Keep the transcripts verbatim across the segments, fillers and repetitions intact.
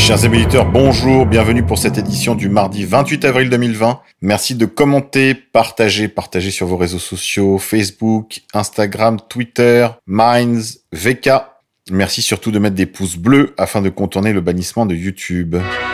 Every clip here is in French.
Chers amis auditeurs, bonjour, bienvenue pour cette édition du mardi vingt-huit avril deux mille vingt. Merci de commenter, partager, partager sur vos réseaux sociaux, Facebook, Instagram, Twitter, Minds, V K. Merci surtout de mettre des pouces bleus afin de contourner le bannissement de YouTube.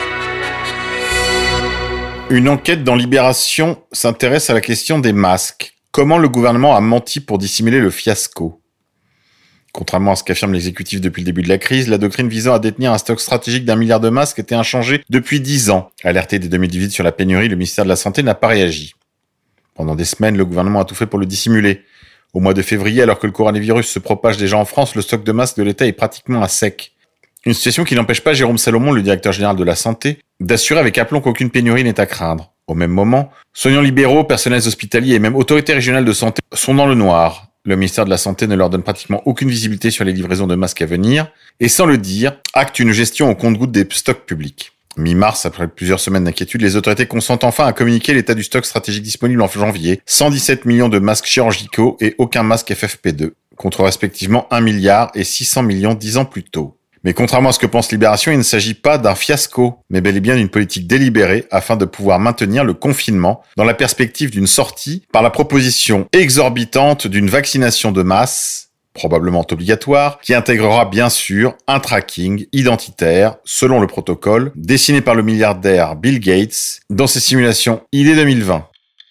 Une enquête dans Libération s'intéresse à la question des masques. Comment le gouvernement a menti pour dissimuler le fiasco ? Contrairement à ce qu'affirme l'exécutif depuis le début de la crise, la doctrine visant à détenir un stock stratégique d'un milliard de masques était inchangée depuis dix ans. Alerté dès deux mille dix-huit sur la pénurie, le ministère de la Santé n'a pas réagi. Pendant des semaines, le gouvernement a tout fait pour le dissimuler. Au mois de février, alors que le coronavirus se propage déjà en France, le stock de masques de l'État est pratiquement à sec. Une situation qui n'empêche pas Jérôme Salomon, le directeur général de la Santé, d'assurer avec aplomb qu'aucune pénurie n'est à craindre. Au même moment, soignants libéraux, personnels hospitaliers et même autorités régionales de santé sont dans le noir. Le ministère de la Santé ne leur donne pratiquement aucune visibilité sur les livraisons de masques à venir, et sans le dire, acte une gestion au compte-gouttes des stocks publics. Mi-mars, après plusieurs semaines d'inquiétude, les autorités consentent enfin à communiquer l'état du stock stratégique disponible en janvier, cent dix-sept millions de masques chirurgicaux et aucun masque F F P deux, contre respectivement un milliard et six cents millions dix ans plus tôt. Mais contrairement à ce que pense Libération, il ne s'agit pas d'un fiasco, mais bel et bien d'une politique délibérée afin de pouvoir maintenir le confinement dans la perspective d'une sortie par la proposition exorbitante d'une vaccination de masse, probablement obligatoire, qui intégrera bien sûr un tracking identitaire selon le protocole dessiné par le milliardaire Bill Gates dans ses simulations I D deux mille vingt.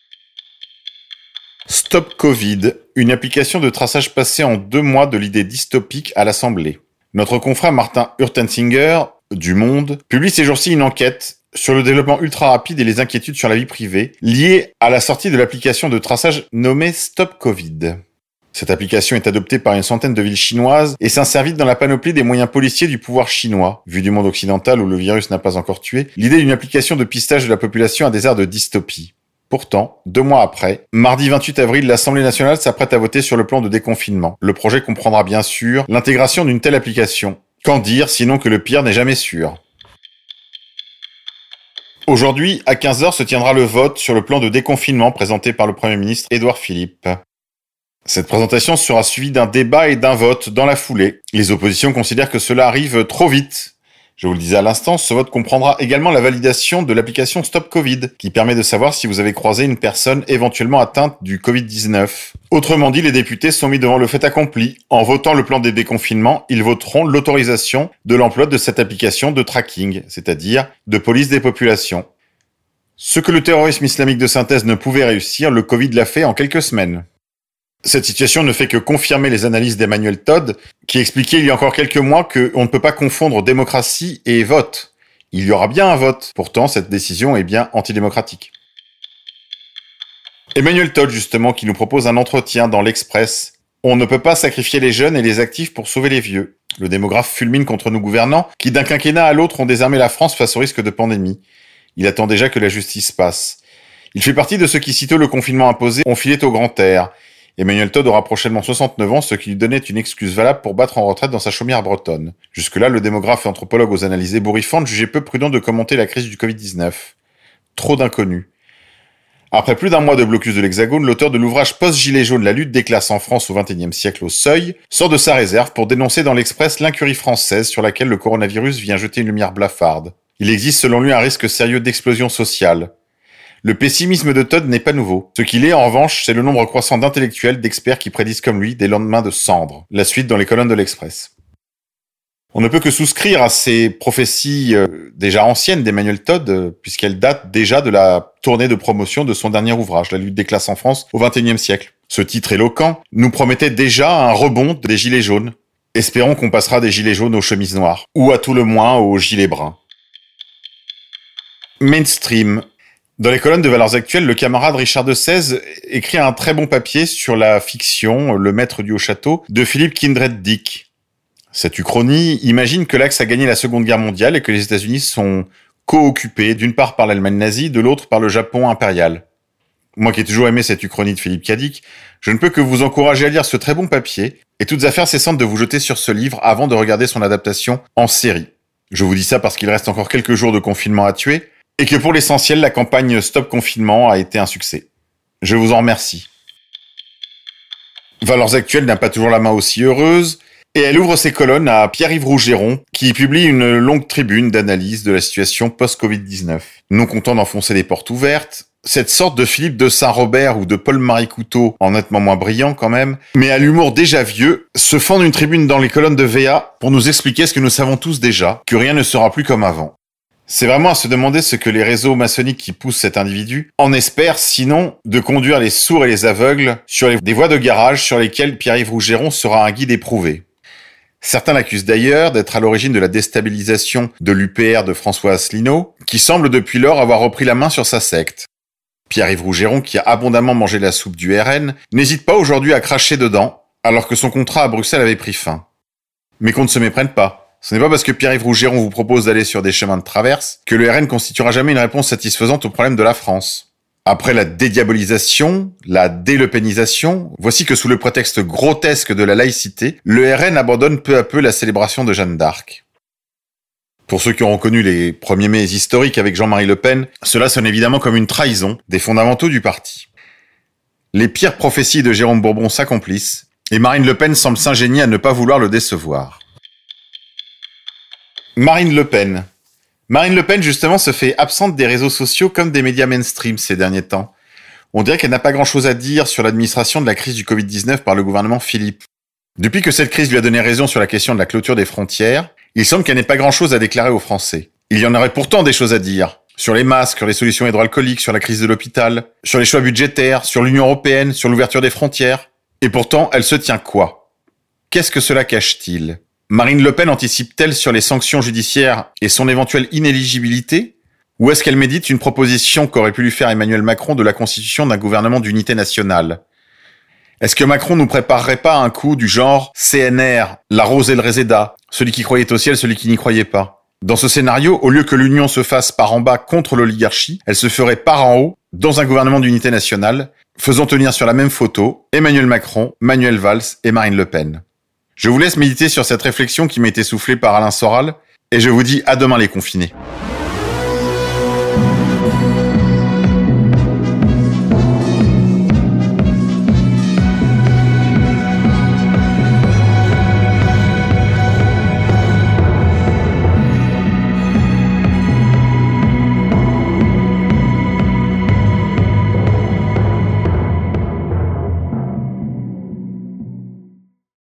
Stop Covid, une application de traçage passée en deux mois de l'idée dystopique à l'Assemblée. Notre confrère Martin Urtensinger, du Monde, publie ces jours-ci une enquête sur le développement ultra rapide et les inquiétudes sur la vie privée liées à la sortie de l'application de traçage nommée Stop Covid. Cette application est adoptée par une centaine de villes chinoises et s'insère vite dans la panoplie des moyens policiers du pouvoir chinois. Vu du monde occidental où le virus n'a pas encore tué, l'idée d'une application de pistage de la population a des airs de dystopie. Pourtant, deux mois après, mardi vingt-huit avril, l'Assemblée nationale s'apprête à voter sur le plan de déconfinement. Le projet comprendra bien sûr l'intégration d'une telle application. Qu'en dire sinon que le pire n'est jamais sûr ? Aujourd'hui, à quinze heures, se tiendra le vote sur le plan de déconfinement présenté par le Premier ministre Édouard Philippe. Cette présentation sera suivie d'un débat et d'un vote dans la foulée. Les oppositions considèrent que cela arrive trop vite. Je vous le disais à l'instant, ce vote comprendra également la validation de l'application Stop Covid, qui permet de savoir si vous avez croisé une personne éventuellement atteinte du covid dix-neuf. Autrement dit, les députés sont mis devant le fait accompli. En votant le plan de déconfinement, ils voteront l'autorisation de l'emploi de cette application de tracking, c'est-à-dire de police des populations. Ce que le terrorisme islamique de synthèse ne pouvait réussir, le Covid l'a fait en quelques semaines. Cette situation ne fait que confirmer les analyses d'Emmanuel Todd, qui expliquait il y a encore quelques mois qu'on ne peut pas confondre démocratie et vote. Il y aura bien un vote. Pourtant, cette décision est bien antidémocratique. Emmanuel Todd, justement, qui nous propose un entretien dans l'Express. On ne peut pas sacrifier les jeunes et les actifs pour sauver les vieux. Le démographe fulmine contre nos gouvernants, qui d'un quinquennat à l'autre ont désarmé la France face au risque de pandémie. Il attend déjà que la justice passe. Il fait partie de ceux qui, sitôt le confinement imposé, ont filé au grand air. Emmanuel Todd aura prochainement soixante-neuf ans, ce qui lui donnait une excuse valable pour battre en retraite dans sa chaumière bretonne. Jusque-là, le démographe et anthropologue aux analyses ébouriffantes jugeait peu prudent de commenter la crise du covid dix-neuf. Trop d'inconnus. Après plus d'un mois de blocus de l'Hexagone, l'auteur de l'ouvrage Post-Gilets jaunes, la lutte des classes en France au vingt et unième siècle au seuil, sort de sa réserve pour dénoncer dans l'Express l'incurie française sur laquelle le coronavirus vient jeter une lumière blafarde. Il existe selon lui un risque sérieux d'explosion sociale. Le pessimisme de Todd n'est pas nouveau. Ce qu'il est, en revanche, c'est le nombre croissant d'intellectuels, d'experts qui prédisent comme lui des lendemains de cendres. La suite dans les colonnes de l'Express. On ne peut que souscrire à ces prophéties euh, déjà anciennes d'Emmanuel Todd, euh, puisqu'elles datent déjà de la tournée de promotion de son dernier ouvrage, La lutte des classes en France au vingt et unième siècle. Ce titre éloquent nous promettait déjà un rebond des gilets jaunes. Espérons qu'on passera des gilets jaunes aux chemises noires, ou à tout le moins aux gilets bruns. Mainstream. Dans les colonnes de Valeurs Actuelles, le camarade Richard de Sèze écrit un très bon papier sur la fiction Le Maître du Haut-Château de Philippe Kindred Dick. Cette uchronie imagine que l'Axe a gagné la Seconde Guerre mondiale et que les États-Unis sont co-occupés d'une part par l'Allemagne nazie, de l'autre par le Japon impérial. Moi qui ai toujours aimé cette uchronie de Philippe Cadic, je ne peux que vous encourager à lire ce très bon papier et toutes affaires cessantes de vous jeter sur ce livre avant de regarder son adaptation en série. Je vous dis ça parce qu'il reste encore quelques jours de confinement à tuer, et que pour l'essentiel, la campagne Stop Confinement a été un succès. Je vous en remercie. Valeurs Actuelles n'a pas toujours la main aussi heureuse. Et elle ouvre ses colonnes à Pierre-Yves Rougeron, qui publie une longue tribune d'analyse de la situation post-covid dix-neuf. Non content d'enfoncer des portes ouvertes, cette sorte de Philippe de Saint-Robert ou de Paul-Marie Couteau, en nettement moins brillant quand même, mais à l'humour déjà vieux, se fend une tribune dans les colonnes de V A pour nous expliquer ce que nous savons tous déjà, que rien ne sera plus comme avant. C'est vraiment à se demander ce que les réseaux maçonniques qui poussent cet individu en espèrent, sinon de conduire les sourds et les aveugles sur les, des voies de garage sur lesquelles Pierre-Yves Rougeron sera un guide éprouvé. Certains l'accusent d'ailleurs d'être à l'origine de la déstabilisation de l'U P R de François Asselineau, qui semble depuis lors avoir repris la main sur sa secte. Pierre-Yves Rougeron, qui a abondamment mangé la soupe du R N, n'hésite pas aujourd'hui à cracher dedans, alors que son contrat à Bruxelles avait pris fin. Mais qu'on ne se méprenne pas. Ce n'est pas parce que Pierre-Yves Rougeron vous propose d'aller sur des chemins de traverse que le R N constituera jamais une réponse satisfaisante aux problèmes de la France. Après la dédiabolisation, la délepénisation, voici que sous le prétexte grotesque de la laïcité, le R N abandonne peu à peu la célébration de Jeanne d'Arc. Pour ceux qui ont reconnu les premiers mai historiques avec Jean-Marie Le Pen, cela sonne évidemment comme une trahison des fondamentaux du parti. Les pires prophéties de Jérôme Bourbon s'accomplissent, et Marine Le Pen semble s'ingénier à ne pas vouloir le décevoir. Marine Le Pen. Marine Le Pen, justement, se fait absente des réseaux sociaux comme des médias mainstream ces derniers temps. On dirait qu'elle n'a pas grand-chose à dire sur l'administration de la crise du covid dix-neuf par le gouvernement Philippe. Depuis que cette crise lui a donné raison sur la question de la clôture des frontières, il semble qu'elle n'ait pas grand-chose à déclarer aux Français. Il y en aurait pourtant des choses à dire. Sur les masques, sur les solutions hydroalcooliques, sur la crise de l'hôpital, sur les choix budgétaires, sur l'Union européenne, sur l'ouverture des frontières. Et pourtant, elle se tient quoi? Qu'est-ce que cela cache-t-il? Marine Le Pen anticipe-t-elle sur les sanctions judiciaires et son éventuelle inéligibilité? Ou est-ce qu'elle médite une proposition qu'aurait pu lui faire Emmanuel Macron de la constitution d'un gouvernement d'unité nationale? Est-ce que Macron nous préparerait pas un coup du genre C N R, la rose et le réséda, celui qui croyait au ciel, celui qui n'y croyait pas? Dans ce scénario, au lieu que l'Union se fasse par en bas contre l'oligarchie, elle se ferait par en haut dans un gouvernement d'unité nationale, faisant tenir sur la même photo Emmanuel Macron, Manuel Valls et Marine Le Pen. Je vous laisse méditer sur cette réflexion qui m'a été soufflée par Alain Soral, et je vous dis à demain les confinés.